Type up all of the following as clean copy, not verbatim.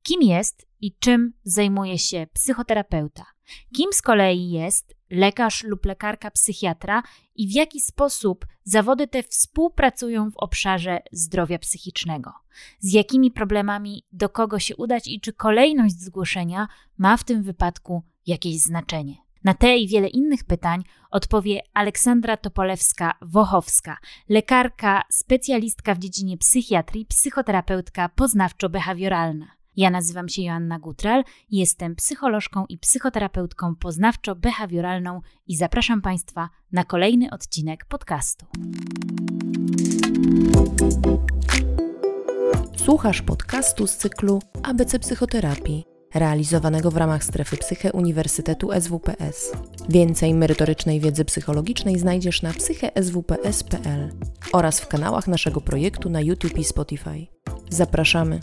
Kim jest i czym zajmuje się psychoterapeuta? Kim z kolei jest lekarz lub lekarka psychiatra i w jaki sposób zawody te współpracują w obszarze zdrowia psychicznego? Z jakimi problemami do kogo się udać i czy kolejność zgłoszenia ma w tym wypadku jakieś znaczenie? Na te i wiele innych pytań odpowie Aleksandra Topolewska-Wochowska, lekarka, specjalistka w dziedzinie psychiatrii, psychoterapeutka poznawczo-behawioralna. Ja nazywam się Joanna Gutral, jestem psycholożką i psychoterapeutką poznawczo-behawioralną i zapraszam Państwa na kolejny odcinek podcastu. Słuchasz podcastu z cyklu ABC Psychoterapii, realizowanego w ramach Strefy Psyche Uniwersytetu SWPS. Więcej merytorycznej wiedzy psychologicznej znajdziesz na psycheswps.pl oraz w kanałach naszego projektu na YouTube i Spotify. Zapraszamy!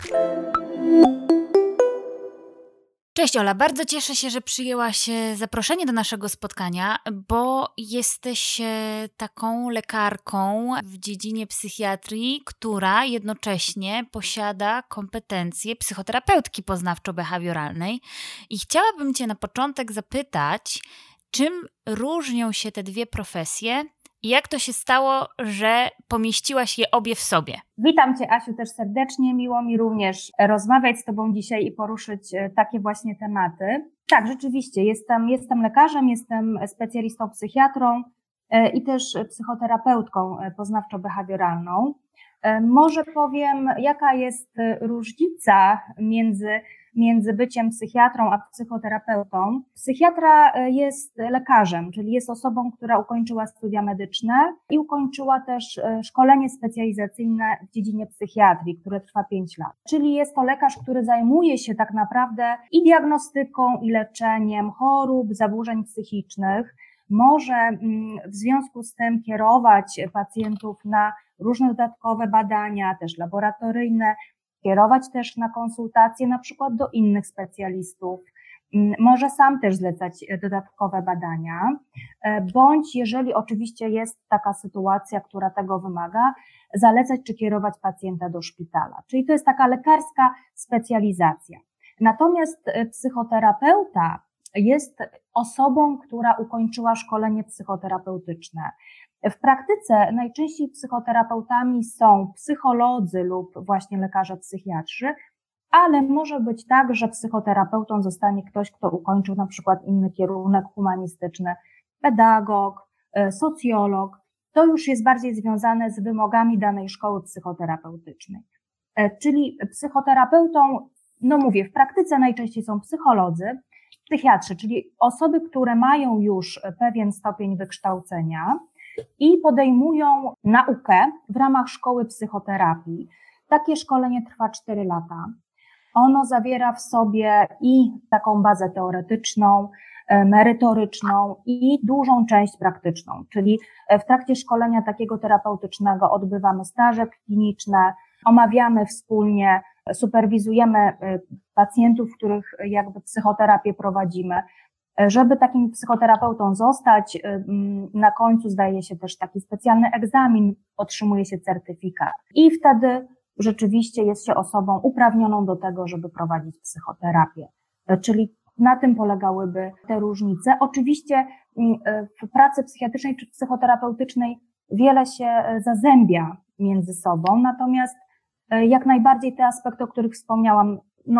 Cześć Ola, bardzo cieszę się, że przyjęłaś zaproszenie do naszego spotkania, bo jesteś taką lekarką w dziedzinie psychiatrii, która jednocześnie posiada kompetencje psychoterapeutki poznawczo-behawioralnej i chciałabym Cię na początek zapytać, czym różnią się te dwie profesje i jak to się stało, że pomieściłaś je obie w sobie? Witam Cię, Asiu, też serdecznie. Miło mi również rozmawiać z Tobą dzisiaj i poruszyć takie właśnie tematy. Tak, rzeczywiście, jestem lekarzem, jestem specjalistą psychiatrą i też psychoterapeutką poznawczo-behawioralną. Może powiem, jaka jest różnica między byciem psychiatrą a psychoterapeutą. Psychiatra jest lekarzem, czyli jest osobą, która ukończyła studia medyczne i ukończyła też szkolenie specjalizacyjne w dziedzinie psychiatrii, które trwa 5 lat. Czyli jest to lekarz, który zajmuje się tak naprawdę i diagnostyką, i leczeniem chorób, zaburzeń psychicznych. Może w związku z tym kierować pacjentów na różne dodatkowe badania, też laboratoryjne, kierować też na konsultacje na przykład do innych specjalistów. Może sam też zlecać dodatkowe badania, bądź jeżeli oczywiście jest taka sytuacja, która tego wymaga, zalecać czy kierować pacjenta do szpitala. Czyli to jest taka lekarska specjalizacja. Natomiast psychoterapeuta jest osobą, która ukończyła szkolenie psychoterapeutyczne. W praktyce najczęściej psychoterapeutami są psycholodzy lub właśnie lekarze psychiatrzy, ale może być tak, że psychoterapeutą zostanie ktoś, kto ukończył na przykład inny kierunek humanistyczny, pedagog, socjolog. To już jest bardziej związane z wymogami danej szkoły psychoterapeutycznej. Czyli psychoterapeutą, w praktyce najczęściej są psycholodzy, psychiatrzy, czyli osoby, które mają już pewien stopień wykształcenia i podejmują naukę w ramach szkoły psychoterapii. Takie szkolenie trwa 4 lata. Ono zawiera w sobie i taką bazę teoretyczną, merytoryczną i dużą część praktyczną, czyli w trakcie szkolenia takiego terapeutycznego odbywamy staże kliniczne, omawiamy wspólnie, superwizujemy pacjentów, których jakby psychoterapię prowadzimy. Żeby takim psychoterapeutą zostać, na końcu zdaje się też taki specjalny egzamin, otrzymuje się certyfikat i wtedy rzeczywiście jest się osobą uprawnioną do tego, żeby prowadzić psychoterapię. Czyli na tym polegałyby te różnice. Oczywiście w pracy psychiatrycznej czy psychoterapeutycznej wiele się zazębia między sobą, natomiast jak najbardziej te aspekty, o których wspomniałam,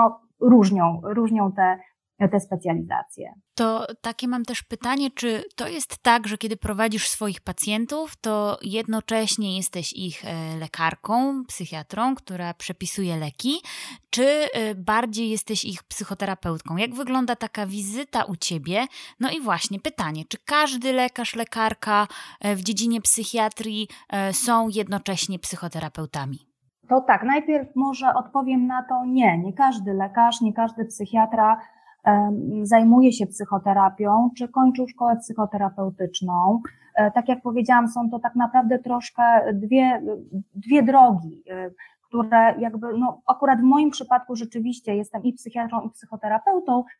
różnią te specjalizacje. To takie mam też pytanie, czy to jest tak, że kiedy prowadzisz swoich pacjentów, to jednocześnie jesteś ich lekarką, psychiatrą, która przepisuje leki, czy bardziej jesteś ich psychoterapeutką? Jak wygląda taka wizyta u Ciebie? No i właśnie pytanie, czy każdy lekarz, lekarka w dziedzinie psychiatrii są jednocześnie psychoterapeutami? To tak, najpierw może odpowiem na to nie każdy lekarz, nie każdy psychiatra zajmuje się psychoterapią, czy kończył szkołę psychoterapeutyczną. Tak jak powiedziałam, są to tak naprawdę troszkę dwie drogi, które jakby, akurat w moim przypadku rzeczywiście jestem i psychiatrą, i psychoterapeutą,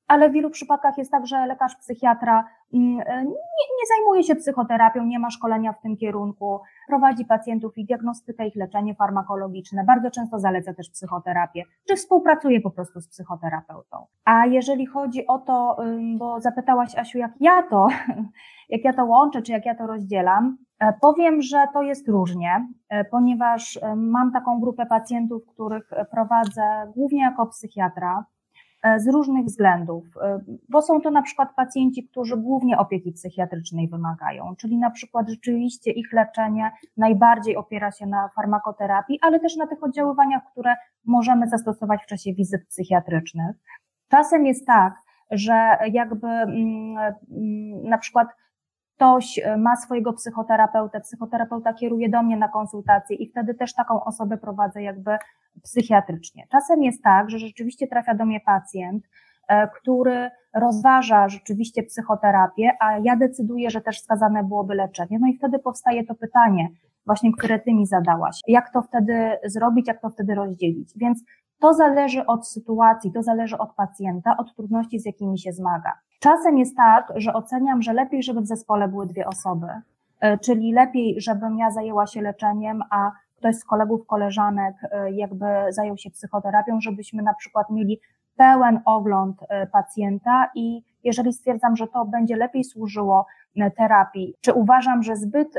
ale w wielu przypadkach jest tak, że lekarz psychiatra nie zajmuje się psychoterapią, nie ma szkolenia w tym kierunku, prowadzi pacjentów i diagnostykę, ich leczenie farmakologiczne, bardzo często zaleca też psychoterapię, czy współpracuje po prostu z psychoterapeutą. A jeżeli chodzi o to, bo zapytałaś, Asiu, jak ja to łączę, czy jak ja to rozdzielam, powiem, że to jest różnie, ponieważ mam taką grupę pacjentów, których prowadzę głównie jako psychiatra, z różnych względów, bo są to na przykład pacjenci, którzy głównie opieki psychiatrycznej wymagają, czyli na przykład rzeczywiście ich leczenie najbardziej opiera się na farmakoterapii, ale też na tych oddziaływaniach, które możemy zastosować w czasie wizyt psychiatrycznych. Czasem jest tak, że jakby na przykład ktoś ma swojego psychoterapeuta kieruje do mnie na konsultację i wtedy też taką osobę prowadzę jakby psychiatrycznie. Czasem jest tak, że rzeczywiście trafia do mnie pacjent, który rozważa rzeczywiście psychoterapię, a ja decyduję, że też wskazane byłoby leczenie. No i wtedy powstaje to pytanie, właśnie które ty mi zadałaś. Jak to wtedy zrobić, jak to wtedy rozdzielić? Więc to zależy od sytuacji, to zależy od pacjenta, od trudności, z jakimi się zmaga. Czasem jest tak, że oceniam, że lepiej, żeby w zespole były 2 osoby, czyli lepiej, żebym ja zajęła się leczeniem, a ktoś z kolegów, koleżanek jakby zajął się psychoterapią, żebyśmy na przykład mieli pełen ogląd pacjenta i jeżeli stwierdzam, że to będzie lepiej służyło terapii, czy uważam, że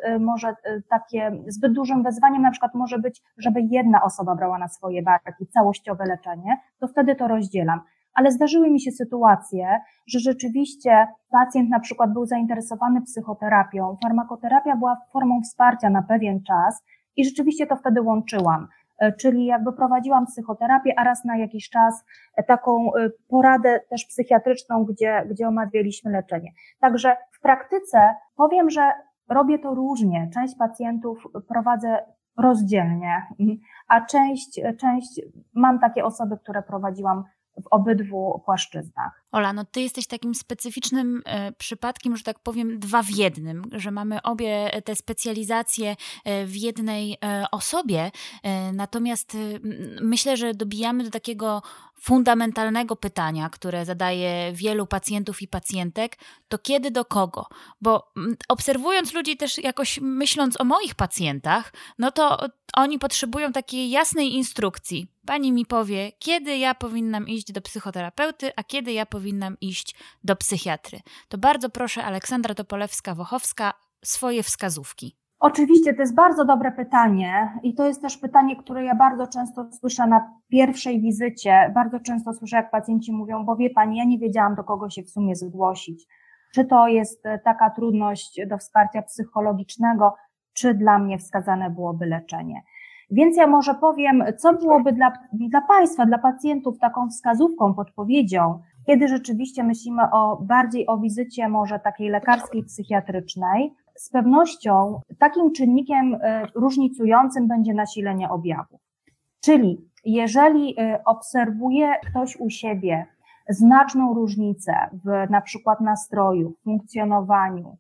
zbyt dużym wyzwaniem na przykład może być, żeby jedna osoba brała na swoje barki całościowe leczenie, to wtedy to rozdzielam. Ale zdarzyły mi się sytuacje, że rzeczywiście pacjent na przykład był zainteresowany psychoterapią, farmakoterapia była formą wsparcia na pewien czas i rzeczywiście to wtedy łączyłam. Czyli jakby prowadziłam psychoterapię, a raz na jakiś czas taką poradę też psychiatryczną, gdzie omawialiśmy leczenie. Także w praktyce powiem, że robię to różnie. Część pacjentów prowadzę rozdzielnie, a część mam takie osoby, które prowadziłam w obydwu płaszczyznach. Ola, no ty jesteś takim specyficznym przypadkiem, że tak powiem 2 w 1, że mamy obie te specjalizacje w jednej osobie, natomiast myślę, że dobijamy do takiego fundamentalnego pytania, które zadaje wielu pacjentów i pacjentek, to kiedy do kogo? Bo obserwując ludzi też jakoś myśląc o moich pacjentach, no to oni potrzebują takiej jasnej instrukcji. Pani mi powie, kiedy ja powinnam iść do psychoterapeuty, a kiedy ja powinnam iść do psychiatry. To bardzo proszę, Aleksandra Topolewska-Wochowska, swoje wskazówki. Oczywiście, to jest bardzo dobre pytanie i to jest też pytanie, które ja bardzo często słyszę na pierwszej wizycie. Bardzo często słyszę, jak pacjenci mówią, bo wie pani, ja nie wiedziałam, do kogo się w sumie zgłosić. Czy to jest taka trudność do wsparcia psychologicznego, czy dla mnie wskazane byłoby leczenie. Więc ja może powiem, co byłoby dla Państwa, dla pacjentów taką wskazówką, podpowiedzią, kiedy rzeczywiście myślimy bardziej o wizycie może takiej lekarskiej, psychiatrycznej. Z pewnością takim czynnikiem różnicującym będzie nasilenie objawów. Czyli jeżeli obserwuje ktoś u siebie znaczną różnicę w na przykład nastroju, funkcjonowaniu,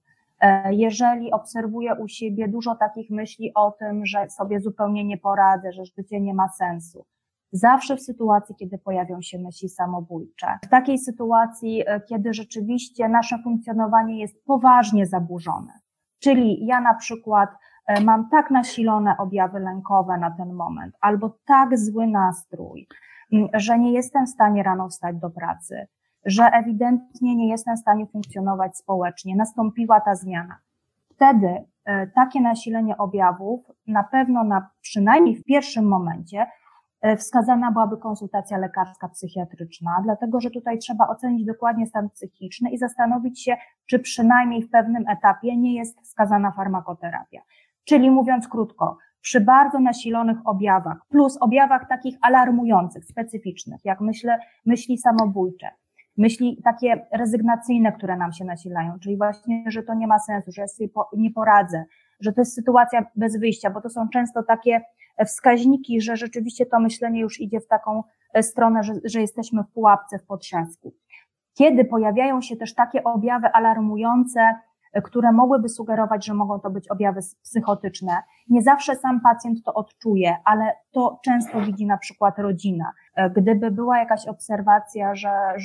jeżeli obserwuję u siebie dużo takich myśli o tym, że sobie zupełnie nie poradzę, że życie nie ma sensu. Zawsze w sytuacji, kiedy pojawią się myśli samobójcze. W takiej sytuacji, kiedy rzeczywiście nasze funkcjonowanie jest poważnie zaburzone. Czyli ja na przykład mam tak nasilone objawy lękowe na ten moment, albo tak zły nastrój, że nie jestem w stanie rano wstać do pracy, że ewidentnie nie jestem w stanie funkcjonować społecznie, nastąpiła ta zmiana. Wtedy takie nasilenie objawów na pewno przynajmniej w pierwszym momencie wskazana byłaby konsultacja lekarska psychiatryczna, dlatego że tutaj trzeba ocenić dokładnie stan psychiczny i zastanowić się, czy przynajmniej w pewnym etapie nie jest wskazana farmakoterapia. Czyli mówiąc krótko, przy bardzo nasilonych objawach, plus objawach takich alarmujących, specyficznych, jak myśli samobójcze, myśli takie rezygnacyjne, które nam się nasilają, czyli właśnie, że to nie ma sensu, że ja sobie nie poradzę, że to jest sytuacja bez wyjścia, bo to są często takie wskaźniki, że rzeczywiście to myślenie już idzie w taką stronę, że jesteśmy w pułapce, w potrzasku. Kiedy pojawiają się też takie objawy alarmujące, które mogłyby sugerować, że mogą to być objawy psychotyczne, nie zawsze sam pacjent to odczuje, ale to często widzi na przykład rodzina. Gdyby była jakaś obserwacja, że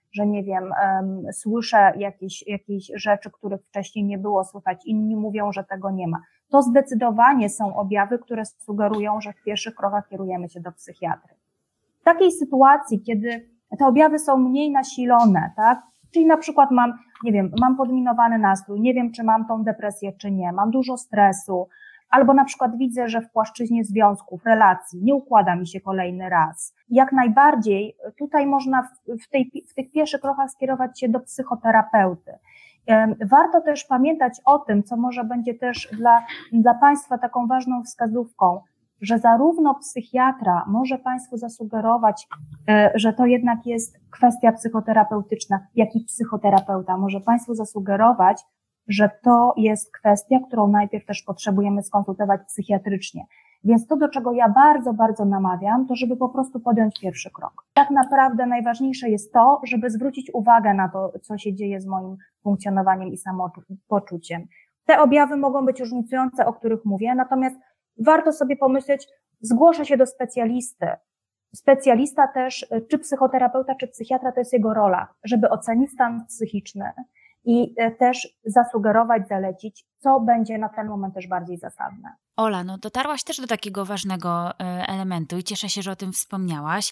że nie wiem, słyszę jakieś rzeczy, których wcześniej nie było słychać, inni mówią, że tego nie ma. To zdecydowanie są objawy, które sugerują, że w pierwszych krokach kierujemy się do psychiatry. W takiej sytuacji, kiedy te objawy są mniej nasilone, tak? Czyli na przykład mam podminowany nastrój, nie wiem, czy mam tą depresję, czy nie, mam dużo stresu, albo na przykład widzę, że w płaszczyźnie związków, relacji nie układa mi się kolejny raz. Jak najbardziej tutaj można w tych pierwszych krokach skierować się do psychoterapeuty. Warto też pamiętać o tym, co może będzie też dla Państwa taką ważną wskazówką, że zarówno psychiatra może Państwu zasugerować, że to jednak jest kwestia psychoterapeutyczna, jak i psychoterapeuta może Państwu zasugerować, że to jest kwestia, którą najpierw też potrzebujemy skonsultować psychiatrycznie. Więc to, do czego ja bardzo, bardzo namawiam, to żeby po prostu podjąć pierwszy krok. Tak naprawdę najważniejsze jest to, żeby zwrócić uwagę na to, co się dzieje z moim funkcjonowaniem i samopoczuciem. Te objawy mogą być różnicujące, o których mówię, natomiast warto sobie pomyśleć, zgłoszę się do specjalisty. Specjalista też, czy psychoterapeuta, czy psychiatra, to jest jego rola, żeby ocenić stan psychiczny i też zasugerować, zalecić, co będzie na ten moment też bardziej zasadne. Ola, no dotarłaś też do takiego ważnego elementu i cieszę się, że o tym wspomniałaś,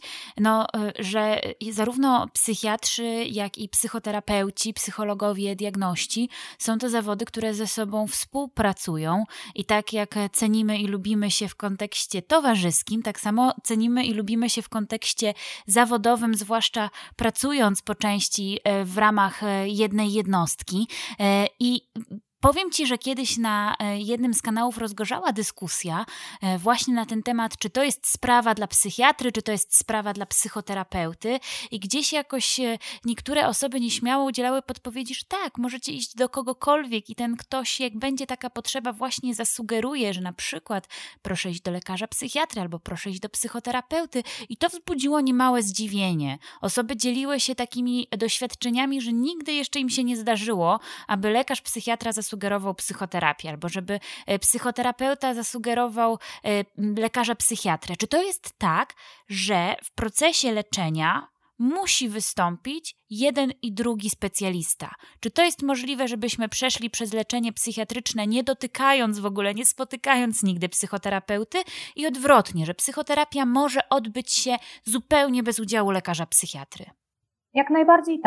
że zarówno psychiatrzy, jak i psychoterapeuci, psychologowie, diagności są to zawody, które ze sobą współpracują i tak jak cenimy i lubimy się w kontekście towarzyskim, tak samo cenimy i lubimy się w kontekście zawodowym, zwłaszcza pracując po części w ramach jednej jednostki i powiem Ci, że kiedyś na jednym z kanałów rozgorzała dyskusja właśnie na ten temat, czy to jest sprawa dla psychiatry, czy to jest sprawa dla psychoterapeuty i gdzieś jakoś niektóre osoby nieśmiało udzielały podpowiedzi, że tak, możecie iść do kogokolwiek i ten ktoś, jak będzie taka potrzeba, właśnie zasugeruje, że na przykład proszę iść do lekarza psychiatry albo proszę iść do psychoterapeuty i to wzbudziło niemałe zdziwienie. Osoby dzieliły się takimi doświadczeniami, że nigdy jeszcze im się nie zdarzyło, aby lekarz psychiatra zasugerował psychoterapię, albo żeby psychoterapeuta zasugerował lekarza psychiatrę. Czy to jest tak, że w procesie leczenia musi wystąpić jeden i drugi specjalista? Czy to jest możliwe, żebyśmy przeszli przez leczenie psychiatryczne, nie dotykając w ogóle, nie spotykając nigdy psychoterapeuty i odwrotnie, że psychoterapia może odbyć się zupełnie bez udziału lekarza psychiatry? Jak najbardziej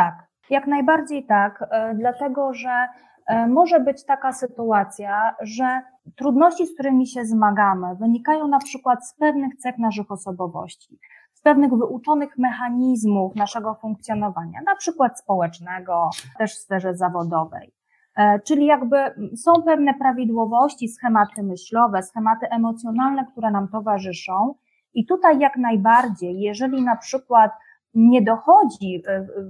tak, dlatego że może być taka sytuacja, że trudności, z którymi się zmagamy, wynikają na przykład z pewnych cech naszych osobowości, z pewnych wyuczonych mechanizmów naszego funkcjonowania, na przykład społecznego, też w sferze zawodowej. Czyli jakby są pewne prawidłowości, schematy myślowe, schematy emocjonalne, które nam towarzyszą i tutaj jak najbardziej, jeżeli na przykład nie dochodzi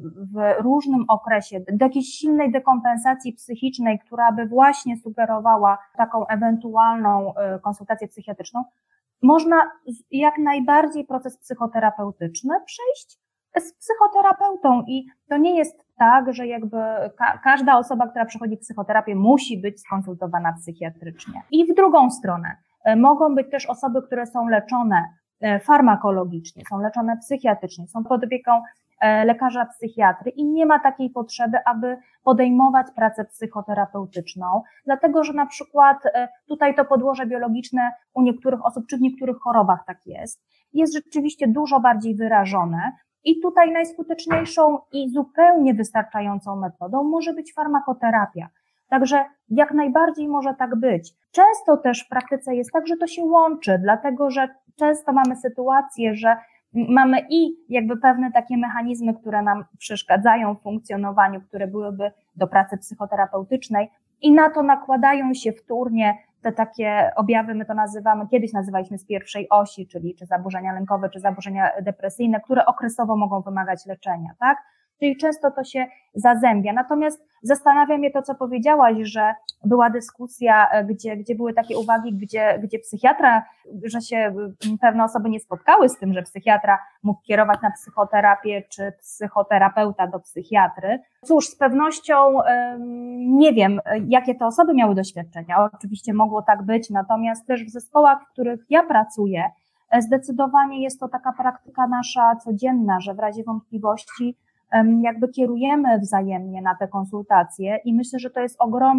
w różnym okresie do jakiejś silnej dekompensacji psychicznej, która by właśnie sugerowała taką ewentualną konsultację psychiatryczną, można jak najbardziej proces psychoterapeutyczny przejść z psychoterapeutą i to nie jest tak, że jakby każda osoba, która przechodzi psychoterapię, musi być skonsultowana psychiatrycznie. I w drugą stronę mogą być też osoby, które są leczone farmakologicznie, są leczone psychiatrycznie, są pod opieką lekarza psychiatry i nie ma takiej potrzeby, aby podejmować pracę psychoterapeutyczną, dlatego że na przykład tutaj to podłoże biologiczne u niektórych osób, czy w niektórych chorobach tak jest rzeczywiście dużo bardziej wyrażone i tutaj najskuteczniejszą i zupełnie wystarczającą metodą może być farmakoterapia. Także jak najbardziej może tak być. Często też w praktyce jest tak, że to się łączy, dlatego że często mamy sytuację, że mamy i jakby pewne takie mechanizmy, które nam przeszkadzają w funkcjonowaniu, które byłyby do pracy psychoterapeutycznej i na to nakładają się wtórnie te takie objawy, my to kiedyś nazywaliśmy z pierwszej osi, czyli czy zaburzenia lękowe, czy zaburzenia depresyjne, które okresowo mogą wymagać leczenia, tak? Czyli często to się zazębia. Natomiast zastanawia mnie to, co powiedziałaś, że była dyskusja, gdzie były takie uwagi, gdzie psychiatra, że się pewne osoby nie spotkały z tym, że psychiatra mógł kierować na psychoterapię, czy psychoterapeuta do psychiatry. Cóż, z pewnością nie wiem, jakie te osoby miały doświadczenia. Oczywiście mogło tak być, natomiast też w zespołach, w których ja pracuję, zdecydowanie jest to taka praktyka nasza codzienna, że w razie wątpliwości jakby kierujemy wzajemnie na te konsultacje i myślę, że to jest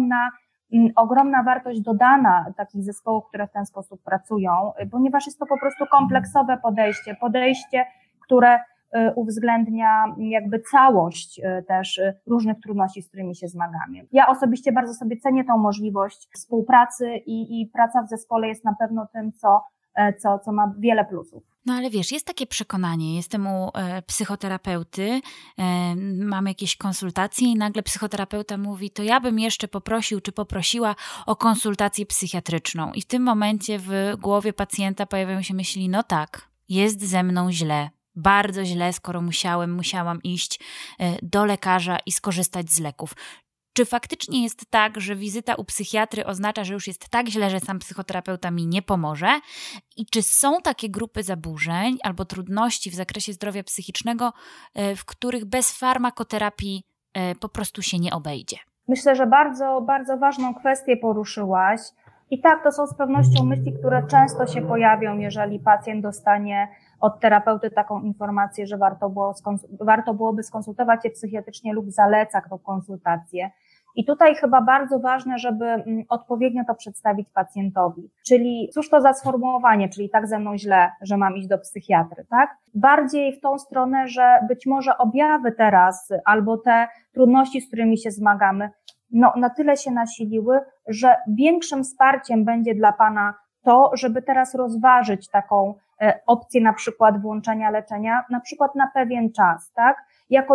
ogromna wartość dodana takich zespołów, które w ten sposób pracują, ponieważ jest to po prostu kompleksowe podejście, które uwzględnia jakby całość też różnych trudności, z którymi się zmagamy. Ja osobiście bardzo sobie cenię tą możliwość współpracy i praca w zespole jest na pewno tym, co ma wiele plusów. No ale wiesz, jest takie przekonanie, jestem u psychoterapeuty, mam jakieś konsultacje i nagle psychoterapeuta mówi, to ja bym jeszcze poprosił czy poprosiła o konsultację psychiatryczną. I w tym momencie w głowie pacjenta pojawiają się myśli, no tak, jest ze mną źle, bardzo źle, skoro musiałam iść do lekarza i skorzystać z leków. Czy faktycznie jest tak, że wizyta u psychiatry oznacza, że już jest tak źle, że sam psychoterapeuta mi nie pomoże? I czy są takie grupy zaburzeń albo trudności w zakresie zdrowia psychicznego, w których bez farmakoterapii po prostu się nie obejdzie? Myślę, że bardzo, bardzo ważną kwestię poruszyłaś. I tak, to są z pewnością myśli, które często się pojawią, jeżeli pacjent dostanie od terapeuty taką informację, że warto byłoby skonsultować się psychiatrycznie lub zaleca tą konsultację. I tutaj chyba bardzo ważne, żeby odpowiednio to przedstawić pacjentowi. Czyli cóż to za sformułowanie, czyli tak ze mną źle, że mam iść do psychiatry, tak? Bardziej w tą stronę, że być może objawy teraz albo te trudności, z którymi się zmagamy, na tyle się nasiliły, że większym wsparciem będzie dla Pana to, żeby teraz rozważyć taką opcję na przykład włączenia leczenia, na przykład na pewien czas, tak? Jako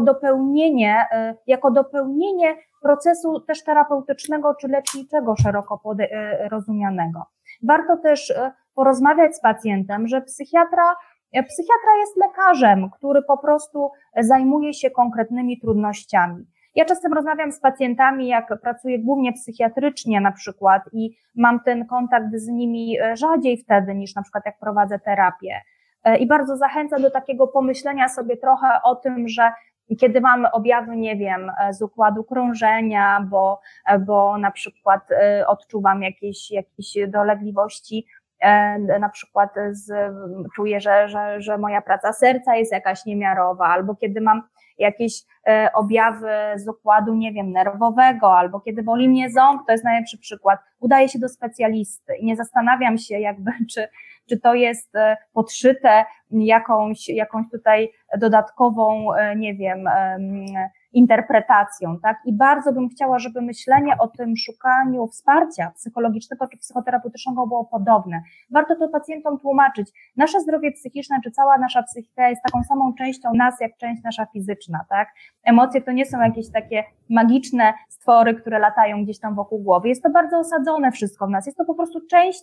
dopełnienie procesu też terapeutycznego czy leczniczego szeroko rozumianego. Warto też porozmawiać z pacjentem, że psychiatra jest lekarzem, który po prostu zajmuje się konkretnymi trudnościami. Ja czasem rozmawiam z pacjentami, jak pracuję głównie psychiatrycznie na przykład i mam ten kontakt z nimi rzadziej wtedy niż na przykład jak prowadzę terapię. I bardzo zachęcam do takiego pomyślenia sobie trochę o tym, że kiedy mamy objawy, nie wiem, z układu krążenia, bo na przykład odczuwam jakieś dolegliwości, na przykład czuję, że moja praca serca jest jakaś niemiarowa, albo kiedy mam jakieś objawy z układu, nie wiem, nerwowego, albo kiedy boli mnie ząb, to jest najlepszy przykład. Udaję się do specjalisty i nie zastanawiam się jakby, czy to jest podszyte jakąś tutaj dodatkową, nie wiem, interpretacją, tak? I bardzo bym chciała, żeby myślenie o tym szukaniu wsparcia psychologicznego czy psychoterapeutycznego było podobne. Warto to pacjentom tłumaczyć. Nasze zdrowie psychiczne czy cała nasza psychika jest taką samą częścią nas, jak część nasza fizyczna, tak? Emocje to nie są jakieś takie magiczne stwory, które latają gdzieś tam wokół głowy. Jest to bardzo osadzone wszystko w nas. Jest to po prostu część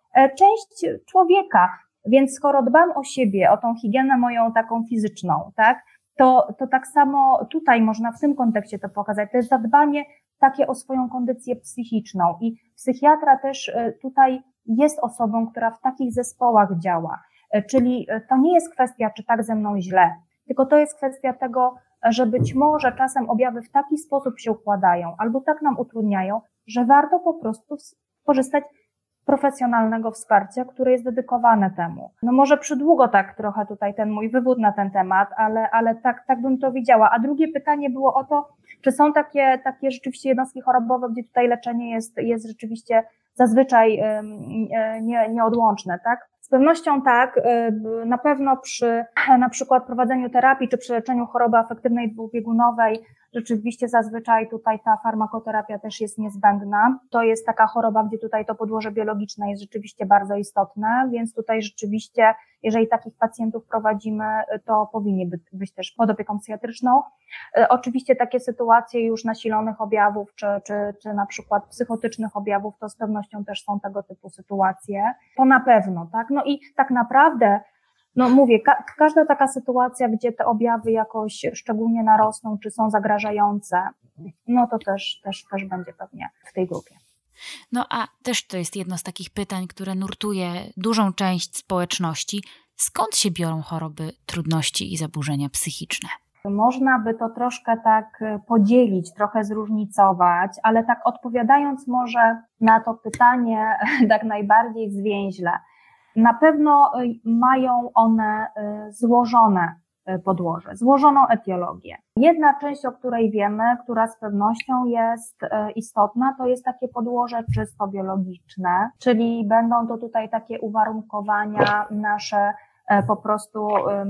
człowieka. Więc skoro dbam o siebie, o tą higienę moją taką fizyczną, tak? To tak samo tutaj można w tym kontekście to pokazać. To jest zadbanie takie o swoją kondycję psychiczną i psychiatra też tutaj jest osobą, która w takich zespołach działa. Czyli to nie jest kwestia, czy tak ze mną źle, tylko to jest kwestia tego, że być może czasem objawy w taki sposób się układają albo tak nam utrudniają, że warto po prostu korzystać profesjonalnego wsparcia, które jest dedykowane temu. No może przydługo tak trochę tutaj ten mój wywód na ten temat, ale tak bym to widziała. A drugie pytanie było o to, czy są takie rzeczywiście jednostki chorobowe, gdzie tutaj leczenie jest rzeczywiście zazwyczaj nieodłączne, tak? Z pewnością tak, na pewno przy na przykład prowadzeniu terapii czy przy leczeniu choroby afektywnej dwubiegunowej rzeczywiście zazwyczaj tutaj ta farmakoterapia też jest niezbędna. To jest taka choroba, gdzie tutaj to podłoże biologiczne jest rzeczywiście bardzo istotne, więc tutaj rzeczywiście, jeżeli takich pacjentów prowadzimy, to powinni być też pod opieką psychiatryczną. Oczywiście takie sytuacje już nasilonych objawów, czy na przykład psychotycznych objawów, to z pewnością też są tego typu sytuacje. To na pewno, tak? No i tak naprawdę, no mówię, każda taka sytuacja, gdzie te objawy jakoś szczególnie narosną, czy są zagrażające, no to też będzie pewnie w tej grupie. No a też to jest jedno z takich pytań, które nurtuje dużą część społeczności. Skąd się biorą choroby, trudności i zaburzenia psychiczne? Można by to troszkę tak podzielić, trochę zróżnicować, ale tak odpowiadając może na to pytanie tak najbardziej zwięźle. Na pewno mają one złożone podłoże, złożoną etiologię. Jedna część, o której wiemy, która z pewnością jest istotna, to jest takie podłoże czysto biologiczne, czyli będą to tutaj takie uwarunkowania nasze po prostu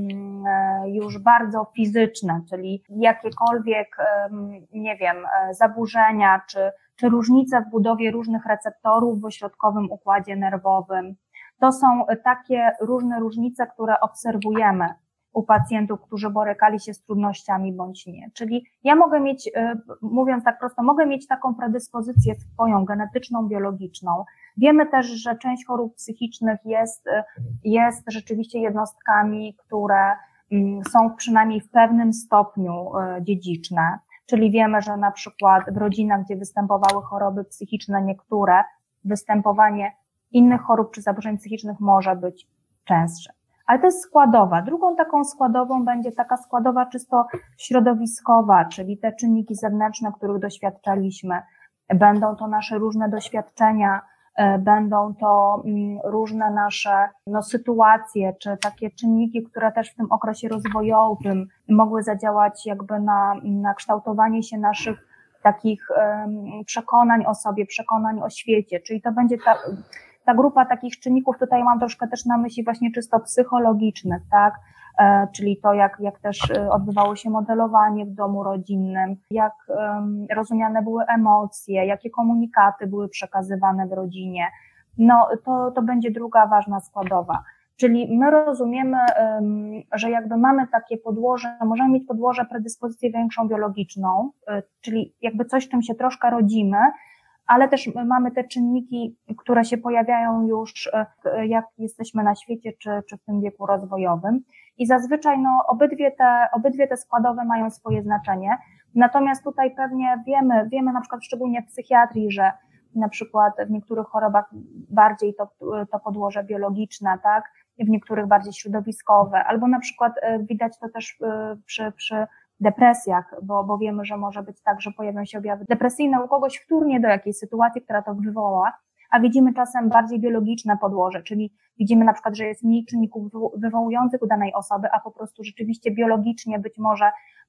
już bardzo fizyczne, czyli jakiekolwiek, nie wiem, zaburzenia czy różnice w budowie różnych receptorów w ośrodkowym układzie nerwowym. To są takie różne różnice, które obserwujemy u pacjentów, którzy borykali się z trudnościami bądź nie. Czyli ja mogę mieć, mówiąc tak prosto, mogę mieć taką predyspozycję swoją, genetyczną, biologiczną. Wiemy też, że część chorób psychicznych jest rzeczywiście jednostkami, które są przynajmniej w pewnym stopniu dziedziczne. Czyli wiemy, że na przykład w rodzinach, gdzie występowały choroby psychiczne niektóre, występowanie innych chorób czy zaburzeń psychicznych może być częstsze. Ale to jest składowa. Drugą taką składową będzie taka składowa czysto środowiskowa, czyli te czynniki zewnętrzne, których doświadczaliśmy. Będą to nasze różne doświadczenia, będą to różne nasze sytuacje, czy takie czynniki, które też w tym okresie rozwojowym mogły zadziałać jakby na kształtowanie się naszych takich przekonań o sobie, przekonań o świecie, czyli to będzie ta grupa takich czynników, tutaj mam troszkę też na myśli właśnie czysto psychologicznych, tak? Czyli to, jak też odbywało się modelowanie w domu rodzinnym, jak rozumiane były emocje, jakie komunikaty były przekazywane w rodzinie. No, to będzie druga ważna składowa. Czyli my rozumiemy, że jakby mamy takie podłoże, możemy mieć podłoże predyspozycję większą biologiczną, czyli jakby coś, czym się troszkę rodzimy, ale też mamy te czynniki, które się pojawiają już jak jesteśmy na świecie, czy w tym wieku rozwojowym. I zazwyczaj obydwie te składowe mają swoje znaczenie. Natomiast tutaj pewnie wiemy na przykład szczególnie w psychiatrii, że na przykład w niektórych chorobach bardziej to podłoże biologiczne, tak? W niektórych bardziej środowiskowe, albo na przykład widać to też przy depresjach, bo wiemy, że może być tak, że pojawią się objawy depresyjne u kogoś wtórnie do jakiejś sytuacji, która to wywoła, a widzimy czasem bardziej biologiczne podłoże, czyli widzimy na przykład, że jest mniej czynników wywołujących u danej osoby, a po prostu rzeczywiście biologicznie być może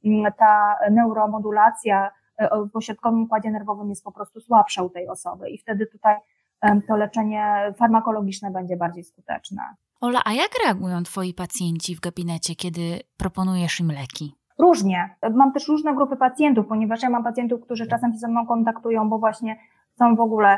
ta neuromodulacja w ośrodkowym układzie nerwowym jest po prostu słabsza u tej osoby i wtedy tutaj to leczenie farmakologiczne będzie bardziej skuteczne. Ola, a jak reagują twoi pacjenci w gabinecie, kiedy proponujesz im leki? Różnie. Mam też różne grupy pacjentów, ponieważ ja mam pacjentów, którzy czasem się ze mną kontaktują, bo właśnie chcą w ogóle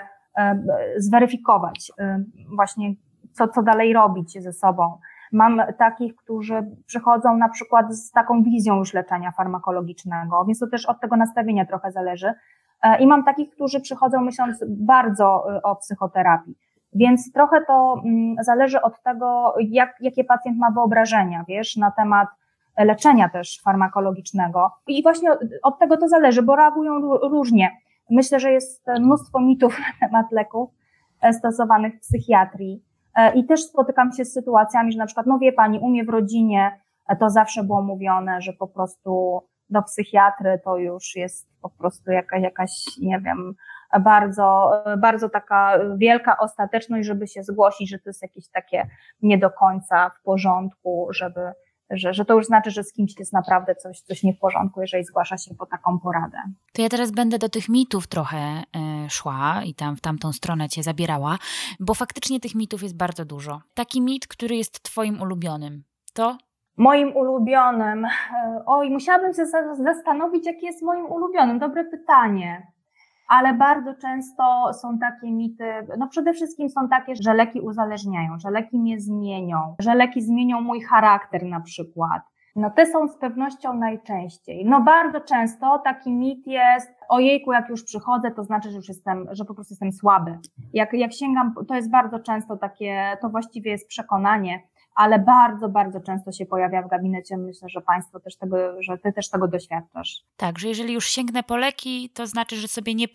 zweryfikować właśnie co dalej robić ze sobą. Mam takich, którzy przychodzą na przykład z taką wizją już leczenia farmakologicznego, więc to też od tego nastawienia trochę zależy. I mam takich, którzy przychodzą myśląc bardzo o psychoterapii. Więc trochę to zależy od tego, jakie pacjent ma wyobrażenia, na temat leczenia też farmakologicznego. I właśnie od tego to zależy, bo reagują różnie. Myślę, że jest mnóstwo mitów na temat leków stosowanych w psychiatrii. I też spotykam się z sytuacjami, że na przykład, wie pani, u mnie w rodzinie to zawsze było mówione, że po prostu do psychiatry to już jest po prostu jakaś nie wiem, bardzo, bardzo taka wielka ostateczność, żeby się zgłosić, że to jest jakieś takie nie do końca w porządku, że to już znaczy, że z kimś jest naprawdę coś nie w porządku, jeżeli zgłasza się po taką poradę. To ja teraz będę do tych mitów trochę szła i tam w tamtą stronę cię zabierała, bo faktycznie tych mitów jest bardzo dużo. Taki mit, który jest twoim ulubionym, to? Moim ulubionym? Musiałabym się zastanowić, jaki jest moim ulubionym. Dobre pytanie. Ale bardzo często są takie mity, przede wszystkim są takie, że leki uzależniają, że leki mnie zmienią, że leki zmienią mój charakter na przykład. Te są z pewnością najczęściej. Bardzo często taki mit jest, ojejku, jak już przychodzę, to znaczy, że po prostu jestem słaby. Jak sięgam, to jest bardzo często takie, to właściwie jest przekonanie, ale bardzo, bardzo często się pojawia w gabinecie. Myślę, że Państwo też że Ty też tego doświadczasz. Tak, że jeżeli już sięgnę po leki, to znaczy, że sobie nie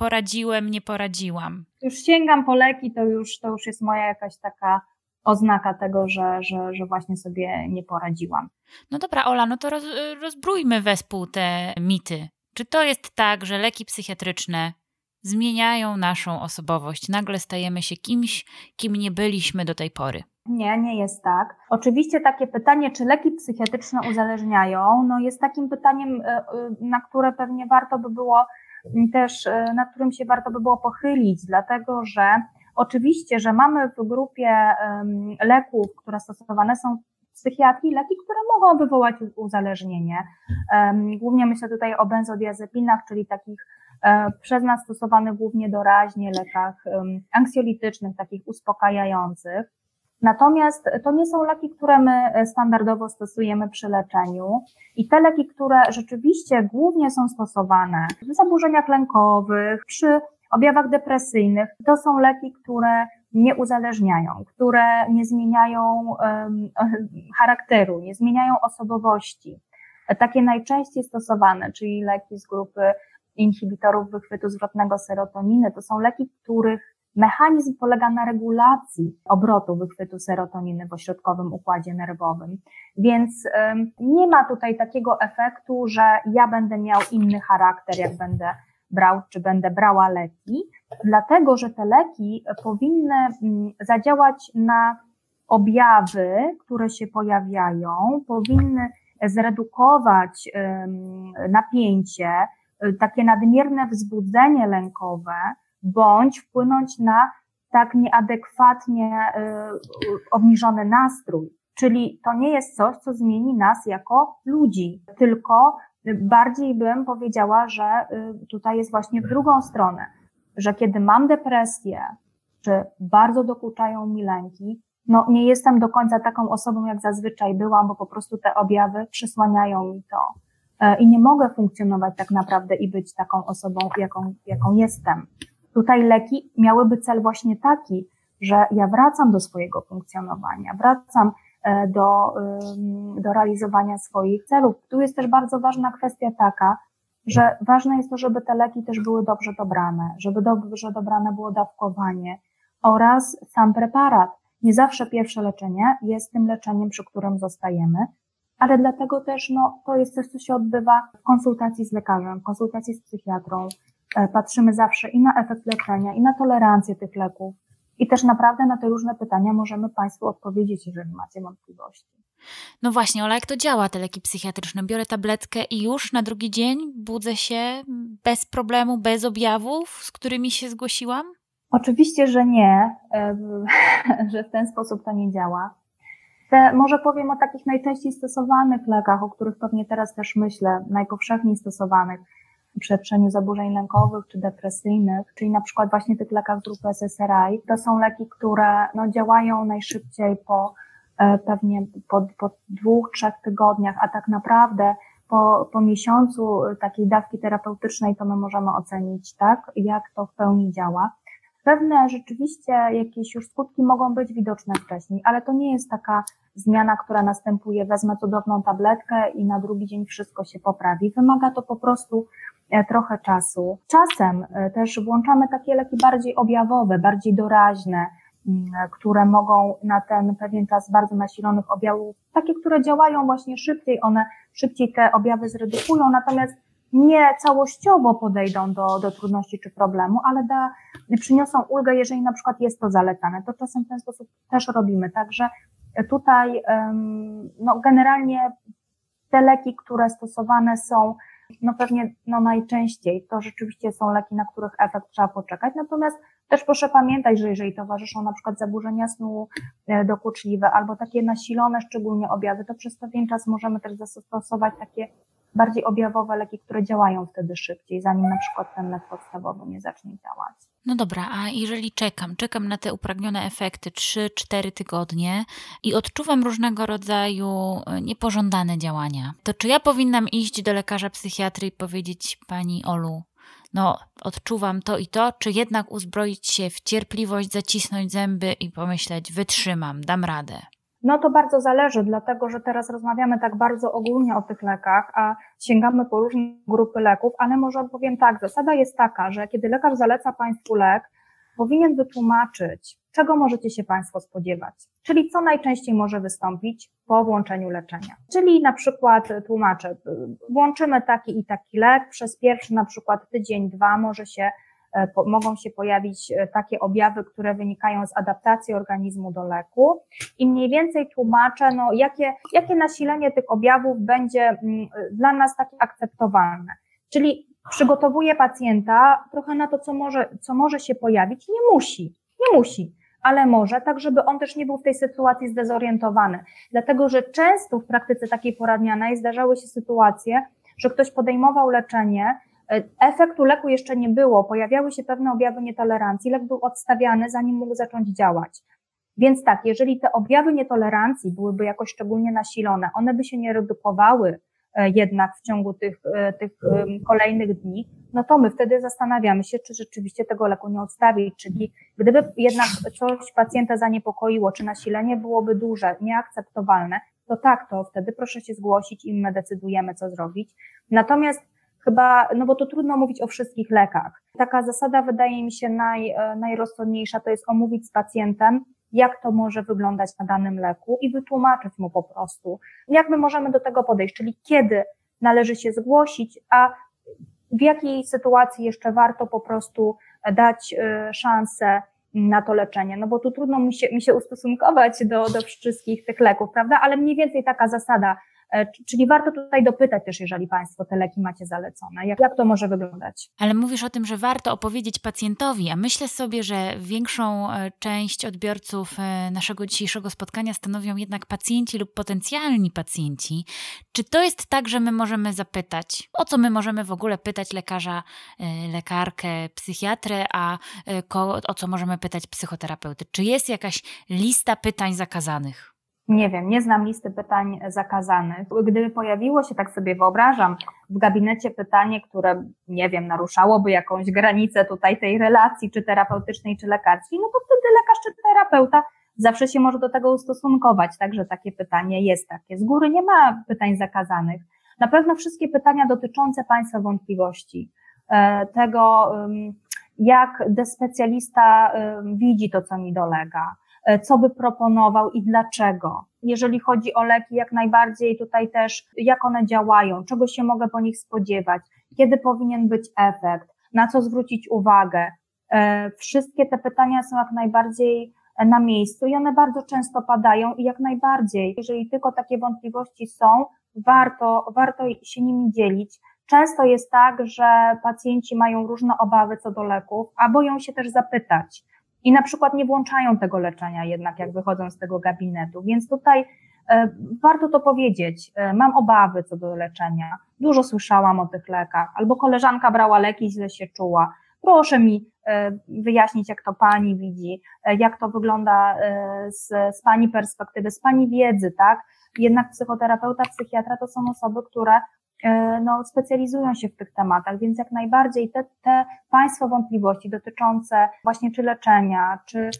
poradziłam. Już sięgam po leki, to już jest moja jakaś taka oznaka tego, że właśnie sobie nie poradziłam. No dobra, Ola, to rozbrójmy wespół te mity. Czy to jest tak, że leki psychiatryczne zmieniają naszą osobowość. Nagle stajemy się kimś, kim nie byliśmy do tej pory. Nie jest tak. Oczywiście takie pytanie, czy leki psychiatryczne uzależniają, jest takim pytaniem, na które pewnie warto by było też, nad którym się warto by było pochylić, dlatego że oczywiście, że mamy w grupie leków, które stosowane są w psychiatrii, leki, które mogą wywołać uzależnienie. Głównie myślę tutaj o benzodiazepinach, czyli takich przez nas stosowanych głównie doraźnie lekach anksjolitycznych, takich uspokajających. Natomiast to nie są leki, które my standardowo stosujemy przy leczeniu i te leki, które rzeczywiście głównie są stosowane w zaburzeniach lękowych, przy objawach depresyjnych, to są leki, które nie uzależniają, które nie zmieniają charakteru, nie zmieniają osobowości. Takie najczęściej stosowane, czyli leki z grupy inhibitorów wychwytu zwrotnego serotoniny, to są leki, których mechanizm polega na regulacji obrotu wychwytu serotoniny w ośrodkowym układzie nerwowym, więc nie ma tutaj takiego efektu, że ja będę miał inny charakter, jak będę brał czy będę brała leki, dlatego że te leki powinny zadziałać na objawy, które się pojawiają, powinny zredukować napięcie, takie nadmierne wzbudzenie lękowe, bądź wpłynąć na tak nieadekwatnie obniżony nastrój. Czyli to nie jest coś, co zmieni nas jako ludzi, tylko bardziej bym powiedziała, że tutaj jest właśnie w drugą stronę, że kiedy mam depresję, czy bardzo dokuczają mi lęki, nie jestem do końca taką osobą, jak zazwyczaj byłam, bo po prostu te objawy przysłaniają mi to i nie mogę funkcjonować tak naprawdę i być taką osobą, jaką jestem. Tutaj leki miałyby cel właśnie taki, że ja wracam do swojego funkcjonowania, wracam do realizowania swoich celów. Tu jest też bardzo ważna kwestia taka, że ważne jest to, żeby te leki też były dobrze dobrane, żeby dobrze dobrane było dawkowanie oraz sam preparat. Nie zawsze pierwsze leczenie jest tym leczeniem, przy którym zostajemy, ale dlatego też to jest coś, co się odbywa w konsultacji z lekarzem, w konsultacji z psychiatrą. Patrzymy zawsze i na efekt leczenia, i na tolerancję tych leków. I też naprawdę na te różne pytania możemy Państwu odpowiedzieć, jeżeli macie wątpliwości. No właśnie, Ola, jak to działa, te leki psychiatryczne? Biorę tabletkę i już na drugi dzień budzę się bez problemu, bez objawów, z którymi się zgłosiłam? Oczywiście, że nie, że w ten sposób to nie działa. Może powiem o takich najczęściej stosowanych lekach, o których pewnie teraz też myślę, najpowszechniej stosowanych przy leczeniu zaburzeń lękowych czy depresyjnych, czyli na przykład właśnie tych lekach z grupy SSRI. To są leki, które działają najszybciej pewnie po 2-3 tygodniach, a tak naprawdę po miesiącu takiej dawki terapeutycznej to my możemy ocenić, tak, jak to w pełni działa. Pewne rzeczywiście jakieś już skutki mogą być widoczne wcześniej, ale to nie jest taka zmiana, która następuje, wezmę cudowną tabletkę i na drugi dzień wszystko się poprawi. Wymaga to po prostu trochę czasu. Czasem też włączamy takie leki bardziej objawowe, bardziej doraźne, które mogą na ten pewien czas bardzo nasilonych objawów, takie, które działają właśnie szybciej, one szybciej te objawy zredukują, natomiast nie całościowo podejdą do trudności czy problemu, ale przyniosą ulgę, jeżeli na przykład jest to zalecane. To czasem w ten sposób też robimy. Także tutaj generalnie te leki, które stosowane są pewnie najczęściej, to rzeczywiście są leki, na których efekt trzeba poczekać. Natomiast też proszę pamiętać, że jeżeli towarzyszą na przykład zaburzenia snu dokuczliwe albo takie nasilone szczególnie objawy, to przez pewien czas możemy też zastosować takie bardziej objawowe leki, które działają wtedy szybciej, zanim na przykład ten lek podstawowy nie zacznie działać. No dobra, a jeżeli czekam na te upragnione efekty 3-4 tygodnie i odczuwam różnego rodzaju niepożądane działania, to czy ja powinnam iść do lekarza psychiatry i powiedzieć: pani Olu, odczuwam to i to, czy jednak uzbroić się w cierpliwość, zacisnąć zęby i pomyśleć: wytrzymam, dam radę? To bardzo zależy, dlatego że teraz rozmawiamy tak bardzo ogólnie o tych lekach, a sięgamy po różne grupy leków, ale może powiem tak, zasada jest taka, że kiedy lekarz zaleca Państwu lek, powinien wytłumaczyć, czego możecie się Państwo spodziewać, czyli co najczęściej może wystąpić po włączeniu leczenia. Czyli na przykład włączymy taki i taki lek, przez pierwszy na przykład tydzień, 2 może się mogą się pojawić takie objawy, które wynikają z adaptacji organizmu do leku i mniej więcej tłumaczę, jakie nasilenie tych objawów będzie dla nas takie akceptowalne. Czyli przygotowuję pacjenta trochę na to, co może się pojawić. Nie musi, ale może, tak żeby on też nie był w tej sytuacji zdezorientowany. Dlatego, że często w praktyce takiej poradnianej zdarzały się sytuacje, że ktoś podejmował leczenie, efektu leku jeszcze nie było, pojawiały się pewne objawy nietolerancji, lek był odstawiany, zanim mógł zacząć działać. Więc tak, jeżeli te objawy nietolerancji byłyby jakoś szczególnie nasilone, one by się nie redukowały jednak w ciągu tych kolejnych dni, no to my wtedy zastanawiamy się, czy rzeczywiście tego leku nie odstawić, czyli gdyby jednak coś pacjenta zaniepokoiło, czy nasilenie byłoby duże, nieakceptowalne, to tak, to wtedy proszę się zgłosić i my decydujemy, co zrobić. Natomiast chyba, bo to trudno mówić o wszystkich lekach. Taka zasada wydaje mi się najrozsądniejsza, to jest omówić z pacjentem, jak to może wyglądać na danym leku i wytłumaczyć mu po prostu, jak my możemy do tego podejść, czyli kiedy należy się zgłosić, a w jakiej sytuacji jeszcze warto po prostu dać szansę na to leczenie, bo tu trudno mi się ustosunkować do wszystkich tych leków, prawda, ale mniej więcej taka zasada, czyli warto tutaj dopytać też, jeżeli Państwo te leki macie zalecone, jak to może wyglądać. Ale mówisz o tym, że warto opowiedzieć pacjentowi, a myślę sobie, że większą część odbiorców naszego dzisiejszego spotkania stanowią jednak pacjenci lub potencjalni pacjenci. Czy to jest tak, że my możemy zapytać, o co my możemy w ogóle pytać lekarza, lekarkę, psychiatrę, a o co możemy pytać psychoterapeuty? Czy jest jakaś lista pytań zakazanych? Nie wiem, nie znam listy pytań zakazanych. Gdyby pojawiło się, tak sobie wyobrażam, w gabinecie pytanie, które, nie wiem, naruszałoby jakąś granicę tutaj tej relacji, czy terapeutycznej, czy lekarskiej, no to wtedy lekarz czy terapeuta zawsze się może do tego ustosunkować, także takie pytanie jest takie. Z góry nie ma pytań zakazanych. Na pewno wszystkie pytania dotyczące Państwa wątpliwości, tego, jak specjalista widzi to, co mi dolega, co by proponował i dlaczego. Jeżeli chodzi o leki, jak najbardziej tutaj też, jak one działają, czego się mogę po nich spodziewać, kiedy powinien być efekt, na co zwrócić uwagę. Wszystkie te pytania są jak najbardziej na miejscu i one bardzo często padają i jak najbardziej, jeżeli tylko takie wątpliwości są, warto się nimi dzielić. Często jest tak, że pacjenci mają różne obawy co do leków, a boją się też zapytać. I na przykład nie włączają tego leczenia jednak, jak wychodzą z tego gabinetu. Więc tutaj warto to powiedzieć. Mam obawy co do leczenia. Dużo słyszałam o tych lekach. Albo koleżanka brała leki i źle się czuła. Proszę mi wyjaśnić, jak to Pani widzi, jak to wygląda z Pani perspektywy, z Pani wiedzy, tak? Jednak psychoterapeuta, psychiatra to są osoby, które specjalizują się w tych tematach, więc jak najbardziej te Państwa wątpliwości dotyczące właśnie czy leczenia,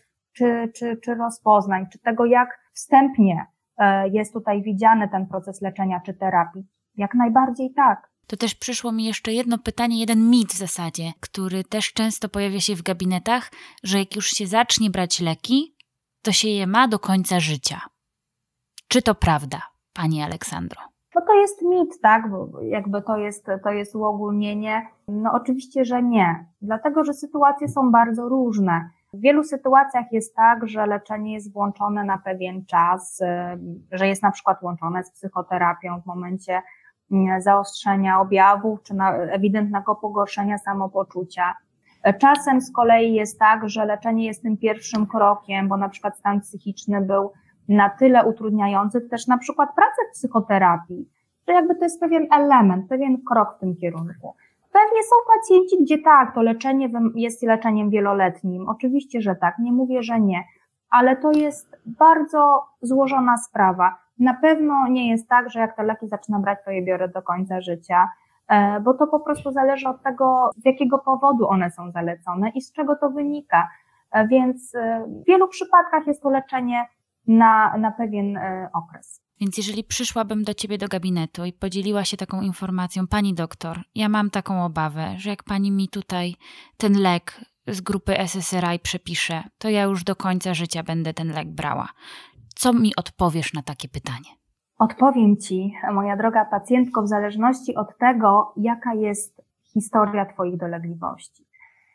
czy rozpoznań, czy tego, jak wstępnie jest tutaj widziany ten proces leczenia czy terapii, jak najbardziej tak. To też przyszło mi jeszcze jedno pytanie, jeden mit w zasadzie, który też często pojawia się w gabinetach, że jak już się zacznie brać leki, to się je ma do końca życia. Czy to prawda, Pani Aleksandro? No to jest mit, tak, bo jakby to jest uogólnienie. No oczywiście, że nie, dlatego, że sytuacje są bardzo różne. W wielu sytuacjach jest tak, że leczenie jest włączone na pewien czas, że jest na przykład łączone z psychoterapią w momencie zaostrzenia objawów, czy ewidentnego pogorszenia samopoczucia. Czasem z kolei jest tak, że leczenie jest tym pierwszym krokiem, bo na przykład stan psychiczny był na tyle utrudniający też na przykład pracę w psychoterapii, że jakby to jest pewien element, pewien krok w tym kierunku. Pewnie są pacjenci, gdzie tak, to leczenie jest leczeniem wieloletnim. Oczywiście, że tak, nie mówię, że nie, ale to jest bardzo złożona sprawa. Na pewno nie jest tak, że jak te leki zaczynam brać, to je biorę do końca życia, bo to po prostu zależy od tego, z jakiego powodu one są zalecone i z czego to wynika. Więc w wielu przypadkach jest to leczenie na pewien okres. Więc jeżeli przyszłabym do Ciebie do gabinetu i podzieliła się taką informacją, Pani doktor, ja mam taką obawę, że jak Pani mi tutaj ten lek z grupy SSRI przepisze, to ja już do końca życia będę ten lek brała. Co mi odpowiesz na takie pytanie? Odpowiem Ci, moja droga pacjentko, w zależności od tego, jaka jest historia Twoich dolegliwości.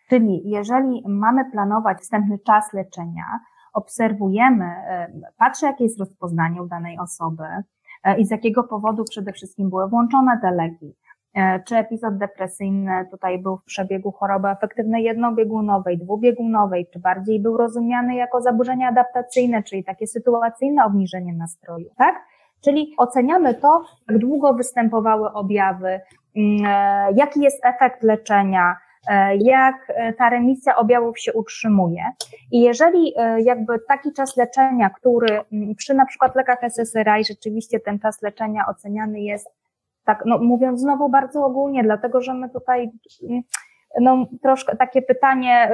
Czyli jeżeli mamy planować wstępny czas leczenia, obserwujemy, patrzę jakie jest rozpoznanie u danej osoby i z jakiego powodu przede wszystkim były włączone te leki. Czy epizod depresyjny tutaj był w przebiegu choroby afektywnej jednobiegunowej, dwubiegunowej, czy bardziej był rozumiany jako zaburzenia adaptacyjne, czyli takie sytuacyjne obniżenie nastroju, tak? Czyli oceniamy to, jak długo występowały objawy, jaki jest efekt leczenia, jak ta remisja objawów się utrzymuje. I jeżeli jakby taki czas leczenia, który przy na przykład lekach SSRI rzeczywiście ten czas leczenia oceniany jest, tak, no mówiąc znowu bardzo ogólnie, dlatego że my tutaj, no troszkę takie pytanie,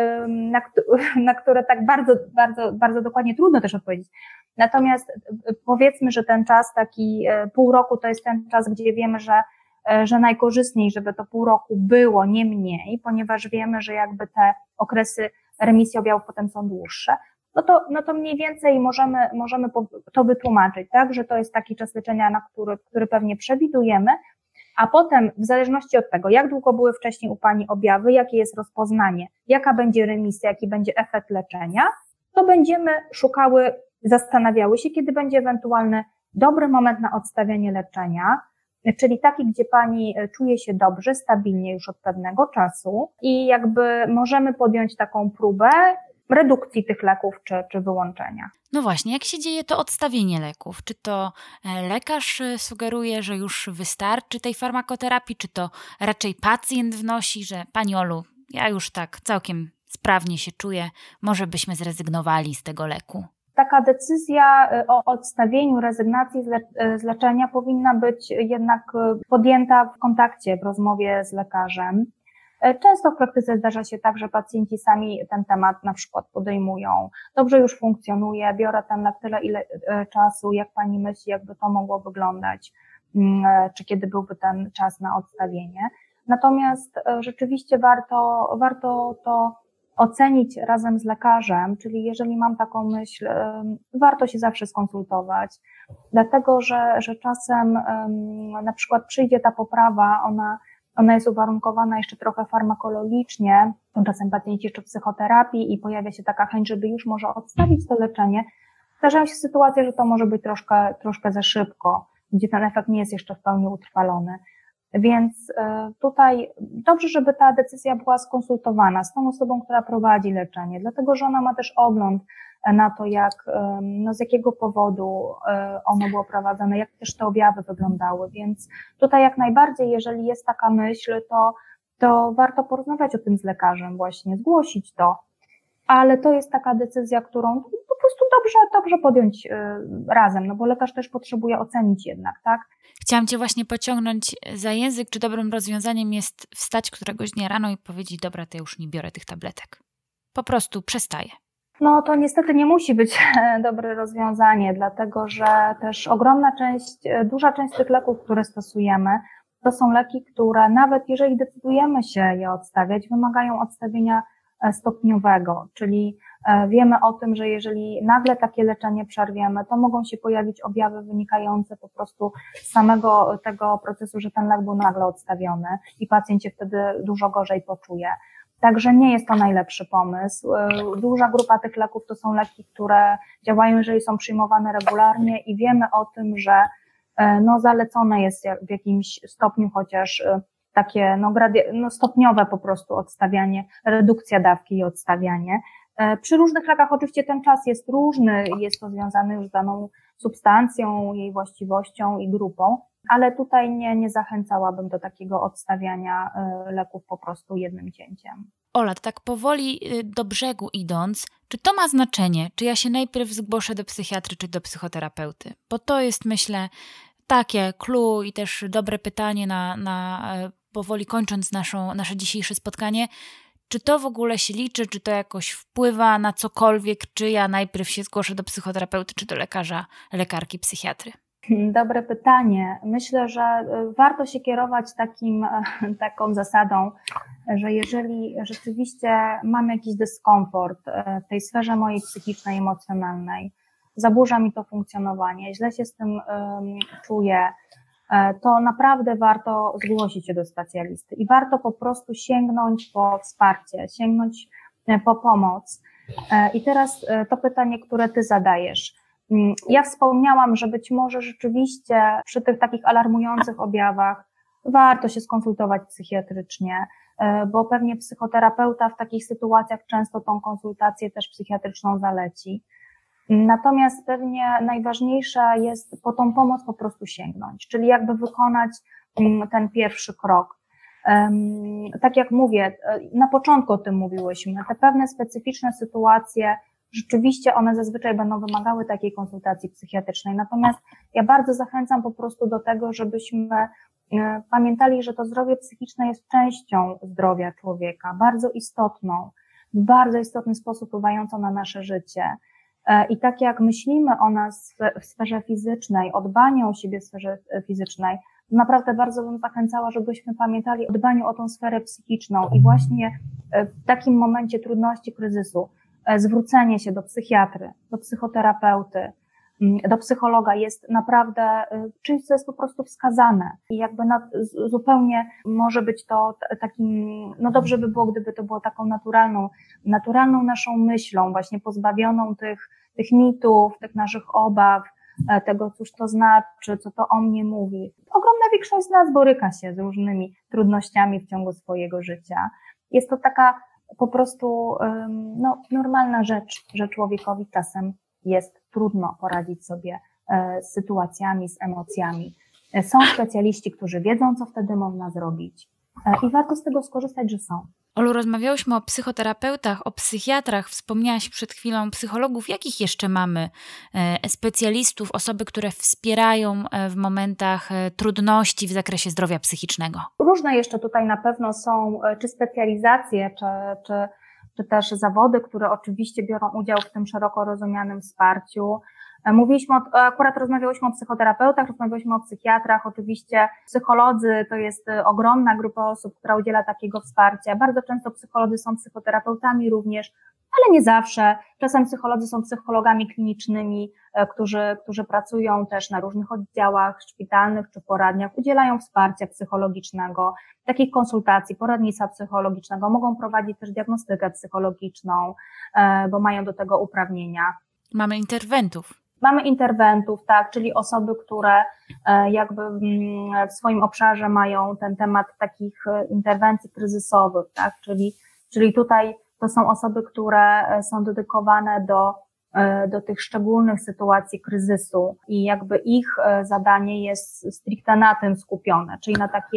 na które tak bardzo dokładnie trudno też odpowiedzieć. Natomiast powiedzmy, że ten czas taki pół roku to jest ten czas, gdzie wiemy, że najkorzystniej, żeby to pół roku było, nie mniej, ponieważ wiemy, że jakby te okresy remisji objawów potem są dłuższe, no to mniej więcej możemy to wytłumaczyć, tak, że to jest taki czas leczenia, na który pewnie przewidujemy, a potem w zależności od tego, jak długo były wcześniej u Pani objawy, jakie jest rozpoznanie, jaka będzie remisja, jaki będzie efekt leczenia, to będziemy szukały, zastanawiały się, kiedy będzie ewentualny dobry moment na odstawianie leczenia, czyli taki, gdzie Pani czuje się dobrze, stabilnie już od pewnego czasu i jakby możemy podjąć taką próbę redukcji tych leków czy wyłączenia. No właśnie, jak się dzieje to odstawienie leków? Czy to lekarz sugeruje, że już wystarczy tej farmakoterapii, czy to raczej pacjent wnosi, że Pani Olu, ja już tak całkiem sprawnie się czuję, może byśmy zrezygnowali z tego leku? Taka decyzja o odstawieniu, rezygnacji z leczenia powinna być jednak podjęta w kontakcie, w rozmowie z lekarzem. Często w praktyce zdarza się tak, że pacjenci sami ten temat na przykład podejmują. Dobrze już funkcjonuje, biorę ten lek tyle ile czasu, jak Pani myśli, jakby to mogło wyglądać, czy kiedy byłby ten czas na odstawienie. Natomiast rzeczywiście warto to ocenić razem z lekarzem, czyli jeżeli mam taką myśl, warto się zawsze skonsultować, dlatego że czasem na przykład przyjdzie ta poprawa, ona jest uwarunkowana jeszcze trochę farmakologicznie, tymczasem pacjenci jeszcze w psychoterapii i pojawia się taka chęć, żeby już może odstawić to leczenie. Zdarzają się sytuacje, że to może być troszkę za szybko, gdzie ten efekt nie jest jeszcze w pełni utrwalony. Więc tutaj dobrze, żeby ta decyzja była skonsultowana z tą osobą, która prowadzi leczenie, dlatego że ona ma też ogląd na to, z jakiego powodu ono było prowadzone, jak też te objawy wyglądały, więc tutaj jak najbardziej, jeżeli jest taka myśl, to warto porozmawiać o tym z lekarzem właśnie, zgłosić to, ale to jest taka decyzja, którą po prostu dobrze podjąć razem, no bo lekarz też potrzebuje ocenić jednak, tak? Chciałam Cię właśnie pociągnąć za język, czy dobrym rozwiązaniem jest wstać któregoś dnia rano i powiedzieć, dobra, to ja już nie biorę tych tabletek. Po prostu przestaję. No to niestety nie musi być dobre rozwiązanie, dlatego że też duża część tych leków, które stosujemy, to są leki, które nawet jeżeli decydujemy się je odstawiać, wymagają odstawienia stopniowego, czyli wiemy o tym, że jeżeli nagle takie leczenie przerwiemy, to mogą się pojawić objawy wynikające po prostu z samego tego procesu, że ten lek był nagle odstawiony i pacjent się wtedy dużo gorzej poczuje. Także nie jest to najlepszy pomysł. Duża grupa tych leków to są leki, które działają, jeżeli są przyjmowane regularnie i wiemy o tym, że zalecone jest w jakimś stopniu chociaż takie stopniowe po prostu odstawianie, redukcja dawki i odstawianie. Przy różnych lekach oczywiście ten czas jest różny, jest to związane już z daną substancją, jej właściwością i grupą, ale tutaj nie zachęcałabym do takiego odstawiania leków po prostu jednym cięciem. Ola, tak powoli do brzegu idąc, czy to ma znaczenie, czy ja się najpierw zgłoszę do psychiatry, czy do psychoterapeuty? Bo to jest, myślę, takie clue i też dobre pytanie na powoli kończąc nasze dzisiejsze spotkanie. Czy to w ogóle się liczy, czy to jakoś wpływa na cokolwiek, czy ja najpierw się zgłoszę do psychoterapeuty, czy do lekarza, lekarki, psychiatry? Dobre pytanie. Myślę, że warto się kierować taką zasadą, że jeżeli rzeczywiście mam jakiś dyskomfort w tej sferze mojej psychicznej, emocjonalnej, zaburza mi to funkcjonowanie, źle się z tym czuję, to naprawdę warto zgłosić się do specjalisty i warto po prostu sięgnąć po wsparcie, sięgnąć po pomoc. I teraz to pytanie, które ty zadajesz. Ja wspomniałam, że być może rzeczywiście przy tych takich alarmujących objawach warto się skonsultować psychiatrycznie, bo pewnie psychoterapeuta w takich sytuacjach często tą konsultację też psychiatryczną zaleci. Natomiast pewnie najważniejsze jest po tą pomoc po prostu sięgnąć, czyli jakby wykonać ten pierwszy krok. Tak jak mówię, na początku o tym mówiłyśmy, te pewne specyficzne sytuacje, rzeczywiście one zazwyczaj będą wymagały takiej konsultacji psychiatrycznej. Natomiast ja bardzo zachęcam po prostu do tego, żebyśmy pamiętali, że to zdrowie psychiczne jest częścią zdrowia człowieka, bardzo istotną, w bardzo istotny sposób wpływającą na nasze życie. I tak jak myślimy o nas w sferze fizycznej, o dbaniu o siebie w sferze fizycznej, naprawdę bardzo bym zachęcała, żebyśmy pamiętali o dbaniu o tą sferę psychiczną i właśnie w takim momencie trudności, kryzysu zwrócenie się do psychiatry, do psychoterapeuty, do psychologa jest naprawdę czymś, co jest po prostu wskazane i jakby zupełnie może być to takim, no dobrze by było, gdyby to było taką naturalną naszą myślą, właśnie pozbawioną tych mitów, tych naszych obaw, tego, cóż to znaczy, co to o mnie mówi. Ogromna większość z nas boryka się z różnymi trudnościami w ciągu swojego życia. Jest to taka po prostu normalna rzecz, że człowiekowi czasem jest trudno poradzić sobie z sytuacjami, z emocjami. Są specjaliści, którzy wiedzą, co wtedy można zrobić i warto z tego skorzystać, że są. Olu, rozmawiałyśmy o psychoterapeutach, o psychiatrach, wspomniałaś przed chwilą psychologów. Jakich jeszcze mamy specjalistów, osoby, które wspierają w momentach trudności w zakresie zdrowia psychicznego? Różne jeszcze tutaj na pewno są, czy specjalizacje, czy też zawody, które oczywiście biorą udział w tym szeroko rozumianym wsparciu. Akurat rozmawiałyśmy o psychoterapeutach, rozmawiałyśmy o psychiatrach. Oczywiście psycholodzy to jest ogromna grupa osób, która udziela takiego wsparcia. Bardzo często psycholodzy są psychoterapeutami również, ale nie zawsze. Czasem psycholodzy są psychologami klinicznymi, którzy pracują też na różnych oddziałach szpitalnych czy poradniach, udzielają wsparcia psychologicznego, takich konsultacji, poradnictwa psychologicznego, mogą prowadzić też diagnostykę psychologiczną, bo mają do tego uprawnienia. Mamy interwentów. Mamy interwentów, tak, czyli osoby, które jakby w swoim obszarze mają ten temat takich interwencji kryzysowych, tak, czyli tutaj to są osoby, które są dedykowane do tych szczególnych sytuacji kryzysu i jakby ich zadanie jest stricte na tym skupione, czyli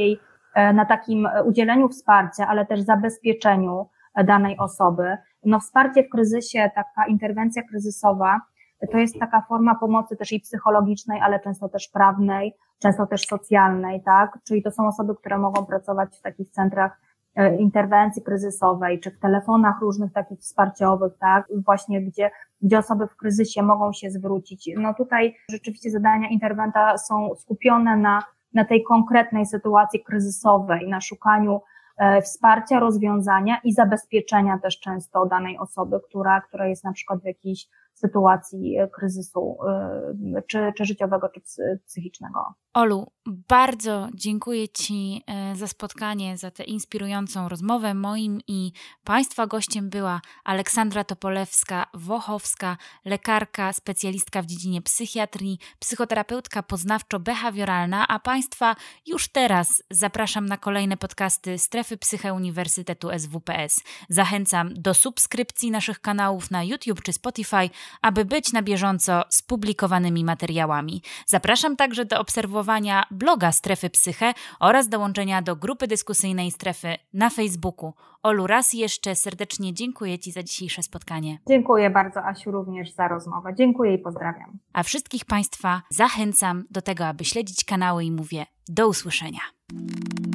na takim udzieleniu wsparcia, ale też zabezpieczeniu danej osoby. No wsparcie w kryzysie, taka interwencja kryzysowa, to jest taka forma pomocy też i psychologicznej, ale często też prawnej, często też socjalnej, tak? Czyli to są osoby, które mogą pracować w takich centrach interwencji kryzysowej, czy w telefonach różnych takich wsparciowych, tak? Właśnie gdzie osoby w kryzysie mogą się zwrócić. No tutaj rzeczywiście zadania interwenta są skupione na tej konkretnej sytuacji kryzysowej, na szukaniu wsparcia, rozwiązania i zabezpieczenia też często danej osoby, która jest na przykład w jakiejś sytuacji kryzysu, czy życiowego, czy psychicznego. Olu, bardzo dziękuję Ci za spotkanie, za tę inspirującą rozmowę. Moim i Państwa gościem była Aleksandra Topolewska-Wochowska, lekarka, specjalistka w dziedzinie psychiatrii, psychoterapeutka poznawczo-behawioralna, a Państwa już teraz zapraszam na kolejne podcasty Strefy Psyche Uniwersytetu SWPS. Zachęcam do subskrypcji naszych kanałów na YouTube czy Spotify, aby być na bieżąco z publikowanymi materiałami. Zapraszam także do obserwowania bloga Strefy Psyche oraz dołączenia do grupy dyskusyjnej Strefy na Facebooku. Olu, raz jeszcze serdecznie dziękuję Ci za dzisiejsze spotkanie. Dziękuję bardzo, Asiu, również za rozmowę. Dziękuję i pozdrawiam. A wszystkich Państwa zachęcam do tego, aby śledzić kanały i mówię do usłyszenia.